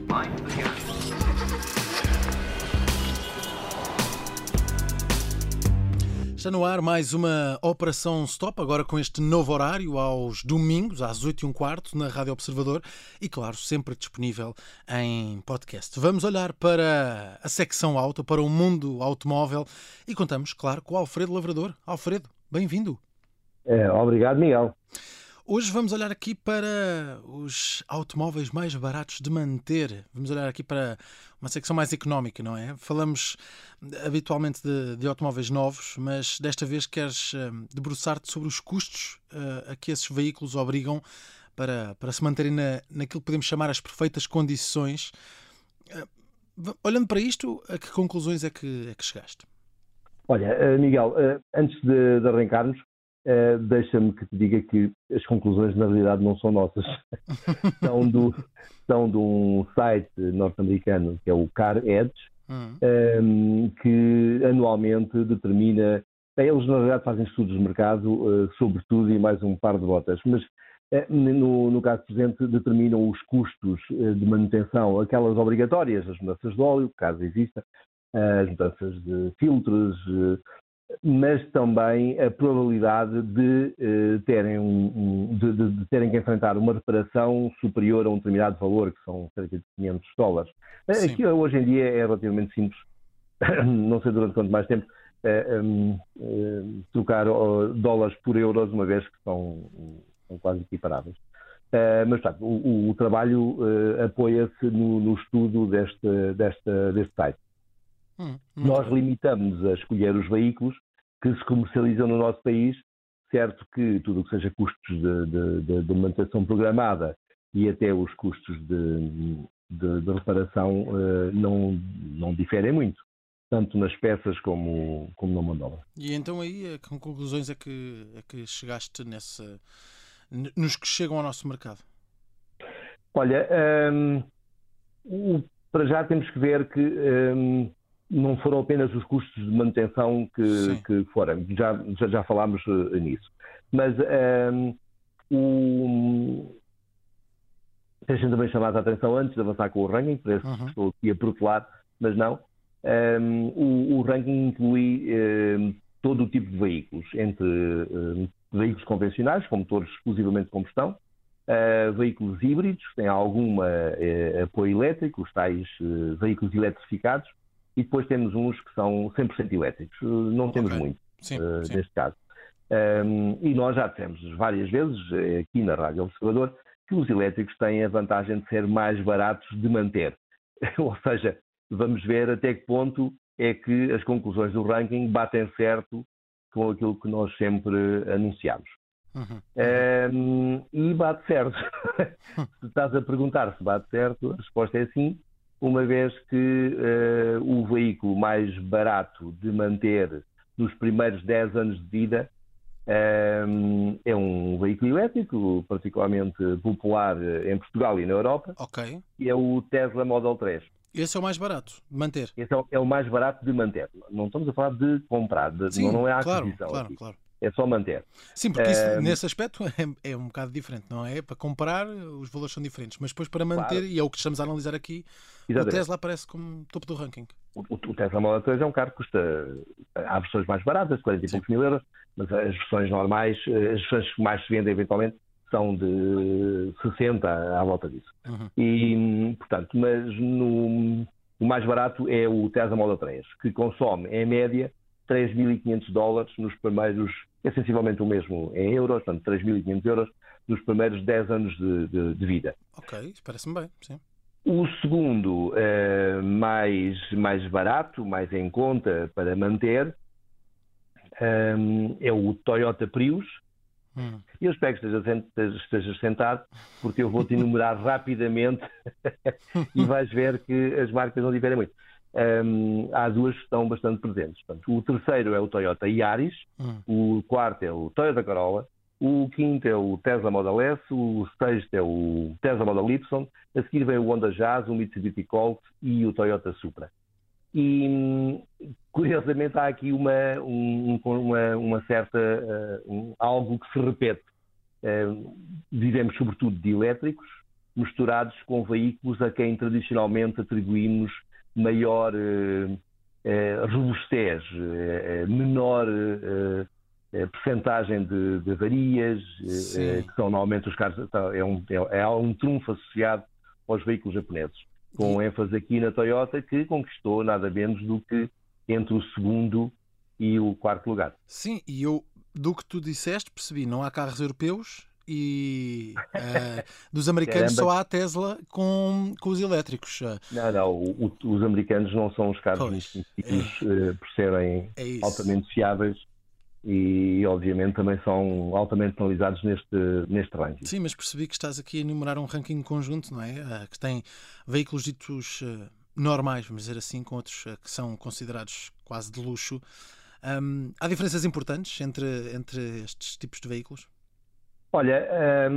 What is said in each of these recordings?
Está no ar mais uma Operação Stop, agora com este novo horário, aos domingos, às 8h15, na Rádio Observador e, claro, sempre disponível em podcast. Vamos olhar para a secção auto, para o mundo automóvel e contamos, claro, com o Alfredo Lavrador. Alfredo, bem-vindo. Obrigado, Miguel. Hoje vamos olhar aqui para os automóveis mais baratos de manter. Vamos olhar aqui para uma secção mais económica, não é? Falamos habitualmente de automóveis novos, mas desta vez queres debruçar-te sobre os custos a que esses veículos obrigam para se manterem naquilo que podemos chamar as perfeitas condições. Olhando para isto, a que conclusões é que chegaste? Olha, Miguel, antes de arrancarmos, deixa-me que te diga que as conclusões na realidade não são nossas. São de um site norte-americano que é o Car Edge, que anualmente determina, eles na realidade fazem estudos de mercado sobre tudo e mais um par de botas, mas no caso presente determinam os custos de manutenção, aquelas obrigatórias, as mudanças de óleo, caso exista, as mudanças de filtros, mas também a probabilidade de terem que enfrentar uma reparação superior a um determinado valor, que são cerca de $500. Sim. Aqui hoje em dia é relativamente simples, não sei durante quanto mais tempo, trocar dólares por euros, uma vez que são quase equiparáveis. Mas, portanto, o trabalho apoia-se no estudo deste site. Nós limitamos a escolher os veículos que se comercializam no nosso país, certo que tudo o que seja custos de manutenção programada e até os custos de reparação não diferem muito, tanto nas peças como na mão de obra. E então aí, a que conclusões é que chegaste nos que chegam ao nosso mercado? Olha, para já temos que ver que não foram apenas os custos de manutenção que foram, já falámos nisso. Mas deixem também chamar a atenção antes de avançar com o ranking, parece que estou aqui a protelar, mas não. O ranking inclui todo o tipo de veículos, entre veículos convencionais, com motores exclusivamente de combustão, veículos híbridos, que têm algum apoio elétrico, os tais veículos eletrificados, e depois temos uns que são 100% elétricos. Não temos muito, neste caso. E nós já dissemos várias vezes, aqui na Rádio Observador, que os elétricos têm a vantagem de ser mais baratos de manter. Ou seja, vamos ver até que ponto é que as conclusões do ranking batem certo com aquilo que nós sempre anunciamos. E bate certo. Se estás a perguntar se bate certo, a resposta é sim, uma vez que o veículo mais barato de manter nos primeiros 10 anos de vida é um veículo elétrico, particularmente popular em Portugal e na Europa, e é o Tesla Model 3. Esse é o mais barato de manter? Esse é o mais barato de manter. Não estamos a falar de comprar, não é a aquisição. Claro. É só manter. Sim, porque isso, nesse aspecto é um bocado diferente, não é? Para comprar, os valores são diferentes, mas depois para manter, e é o que estamos a analisar aqui, exatamente. O Tesla aparece como topo do ranking. O Tesla Model 3 é um carro que custa, há versões mais baratas, 40 e poucos mil euros, mas as versões normais, as versões que mais se vendem eventualmente, são de 60 à volta disso. E, portanto, mas o mais barato é o Tesla Model 3, que consome, em média, $3.500 nos primeiros, é sensivelmente o mesmo em euros, portanto 3.500 euros nos primeiros 10 anos de vida. Ok, isso parece-me bem, sim. O segundo, mais barato, mais em conta para manter, é o Toyota Prius. Eu espero que estejas sentado, porque eu vou-te enumerar rapidamente e vais ver que as marcas não diferem muito. Há duas que estão bastante presentes. Portanto, o terceiro é o Toyota Yaris, o quarto é o Toyota Corolla, o quinto é o Tesla Model S, o sexto é o Tesla Model Y, a seguir vem o Honda Jazz, o Mitsubishi Colt e o Toyota Supra. E, curiosamente, há aqui uma certa algo que se repete. Vivemos sobretudo de elétricos misturados com veículos a quem tradicionalmente atribuímos maior robustez, menor percentagem de avarias, que são normalmente os carros, é um trunfo associado aos veículos japoneses, com ênfase aqui na Toyota, que conquistou nada menos do que entre o segundo e o quarto lugar. Sim, e eu, do que tu disseste, percebi, não há carros europeus e dos americanos só há a Tesla com os elétricos. Não, os americanos não são os carros muito conhecidos por serem altamente fiáveis e obviamente também são altamente penalizados neste ranking. Sim, mas percebi que estás aqui a enumerar um ranking conjunto, não é? Que tem veículos ditos normais, vamos dizer assim, com outros que são considerados quase de luxo. Há diferenças importantes entre estes tipos de veículos? Olha,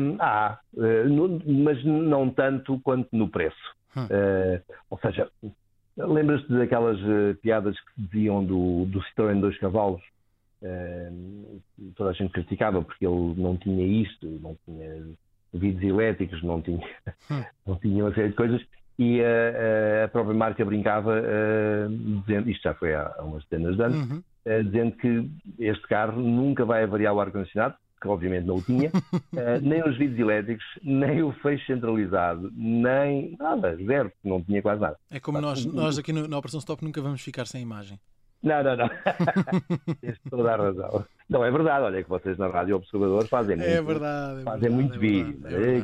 mas não tanto quanto no preço. Ou seja, lembras-te daquelas piadas que se diziam do Citroën 2 cavalos? Toda a gente criticava porque ele não tinha isto, não tinha vidros elétricos, não tinha uma série de coisas, e a própria marca brincava, dizendo, isto já foi há umas dezenas de anos, dizendo que este carro nunca vai avariar o ar-condicionado, que obviamente não o tinha, nem os vidros elétricos, nem o fecho centralizado, nem nada, zero, não tinha quase nada. É como nós aqui na Operação Stop nunca vamos ficar sem imagem. Não. Tens toda a razão. Não, é verdade, olha que vocês na Rádio Observador fazem muito vídeo.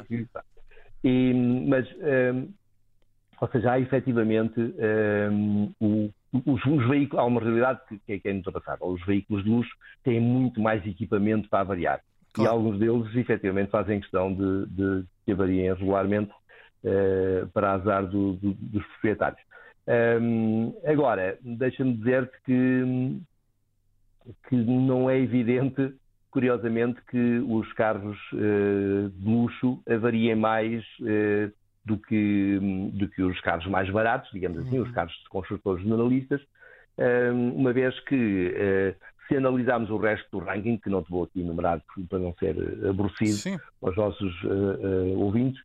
Mas, ou seja, há efetivamente os veículos, há uma realidade que é ultrapassável. Os veículos de luxo têm muito mais equipamento para avariar. Claro. E alguns deles, efetivamente, fazem questão de que avariem regularmente para azar dos proprietários. Agora, deixa-me dizer-te que não é evidente, curiosamente, que os carros de luxo avariem mais do que os carros mais baratos, digamos assim, os carros de construtores generalistas, uma vez que, se analisarmos o resto do ranking, que não te vou aqui enumerar para não ser aborrecido aos nossos ouvintes,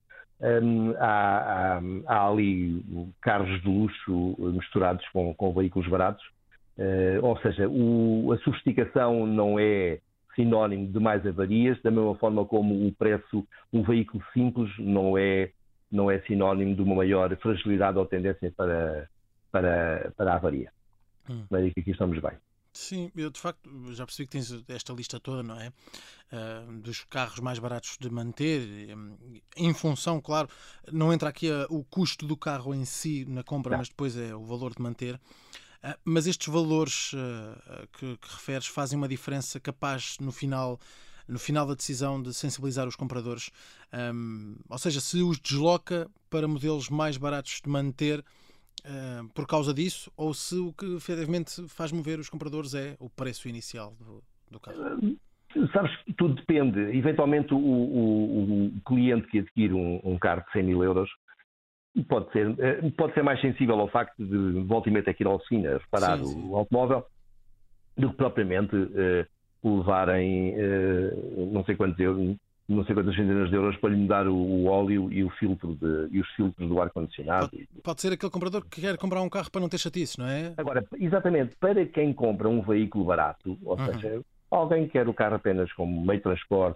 há ali carros de luxo misturados com veículos baratos, ou seja, a sofisticação não é sinónimo de mais avarias, da mesma forma como o preço, um veículo simples não é sinónimo de uma maior fragilidade ou tendência para a avaria. Mas aqui estamos bem. Sim, eu de facto já percebi que tens esta lista toda, não é? Dos carros mais baratos de manter, em função, claro, não entra aqui o custo do carro em si na compra, mas depois é o valor de manter. Mas estes valores que referes fazem uma diferença capaz no final da decisão de sensibilizar os compradores. Ou seja, se os desloca para modelos mais baratos de manter por causa disso, ou se o que efetivamente faz mover os compradores é o preço inicial do carro? Sabes que tudo depende. Eventualmente o cliente que adquire um carro de 100 mil euros pode ser mais sensível ao facto de volta e meia ter que ir à oficina reparar o automóvel do que propriamente levarem não sei quantas centenas de euros para lhe mudar o óleo e os filtros do ar-condicionado. Pode ser aquele comprador que quer comprar um carro para não ter chatices, não é? Agora, exatamente, para quem compra um veículo barato, ou seja, alguém que quer o carro apenas como meio de transporte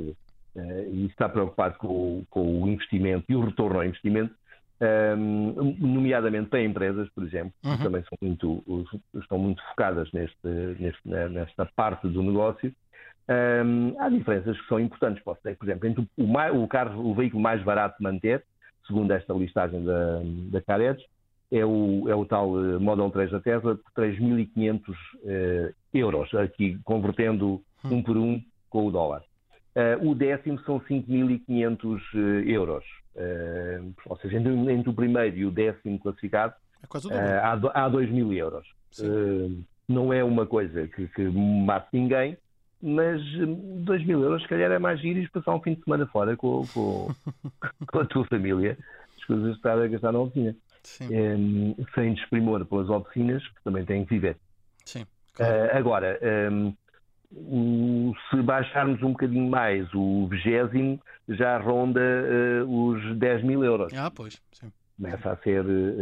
e está preocupado com o investimento e o retorno ao investimento, nomeadamente para empresas, por exemplo, que também estão muito focadas nesta parte do negócio. Há diferenças que são importantes. Posso dizer, por exemplo, entre o veículo mais barato de manter, segundo esta listagem da Caredes, é o tal Model 3 da Tesla por 3.500 euros, aqui convertendo um por um com o dólar. O décimo são 5.500 euros. Ou seja, entre o primeiro e o décimo classificado, há 2.000 euros. Não é uma coisa que mate ninguém, mas 2.000 euros, se calhar, é mais giro e passar um fim de semana fora com a tua família, as coisas estar a gastar na oficina. Sem desprimor pelas oficinas, que também têm que viver. Sim, claro. Agora, se baixarmos um bocadinho mais, o 20º já ronda os 10 mil euros. Pois, sim. Começa a ser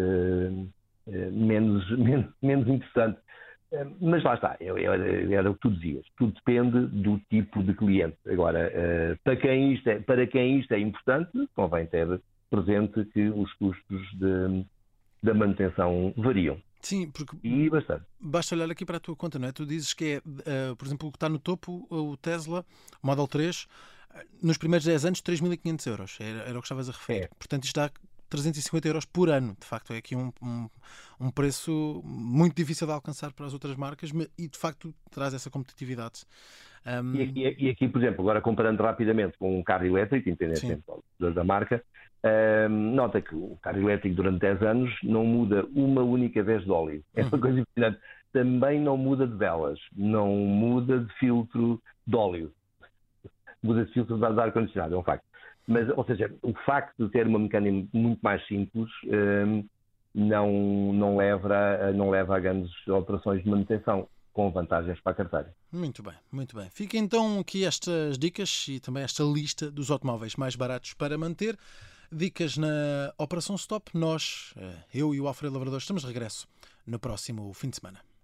menos interessante. Mas lá está, era o que tu dizias. Tudo depende do tipo de cliente. Agora, para quem isto é importante, convém ter presente que os custos da manutenção variam. Sim, porque E bastante. basta olhar aqui para a tua conta, não é? Tu dizes que é, por exemplo, o que está no topo, o Tesla Model 3, nos primeiros 10 anos, 3.500 euros. Era o que estavas a referir. Portanto, isto dá 350 euros por ano. De facto, é aqui um preço muito difícil de alcançar para as outras marcas e, de facto, traz essa competitividade. E aqui, por exemplo, agora comparando rapidamente com um carro elétrico, independentemente da marca, nota que o carro elétrico durante 10 anos não muda uma única vez de óleo. É uma coisa impressionante. Também não muda de velas, não muda de filtro de óleo. Muda de filtro de ar-condicionado, é um facto. Mas, ou seja, o facto de ter uma mecânica muito mais simples não leva a grandes operações de manutenção, com vantagens para a carteira. Muito bem, muito bem. Fica então aqui estas dicas e também esta lista dos automóveis mais baratos para manter. Dicas na Operação Stop. Nós, eu e o Alfredo Lavrador, estamos de regresso no próximo fim de semana.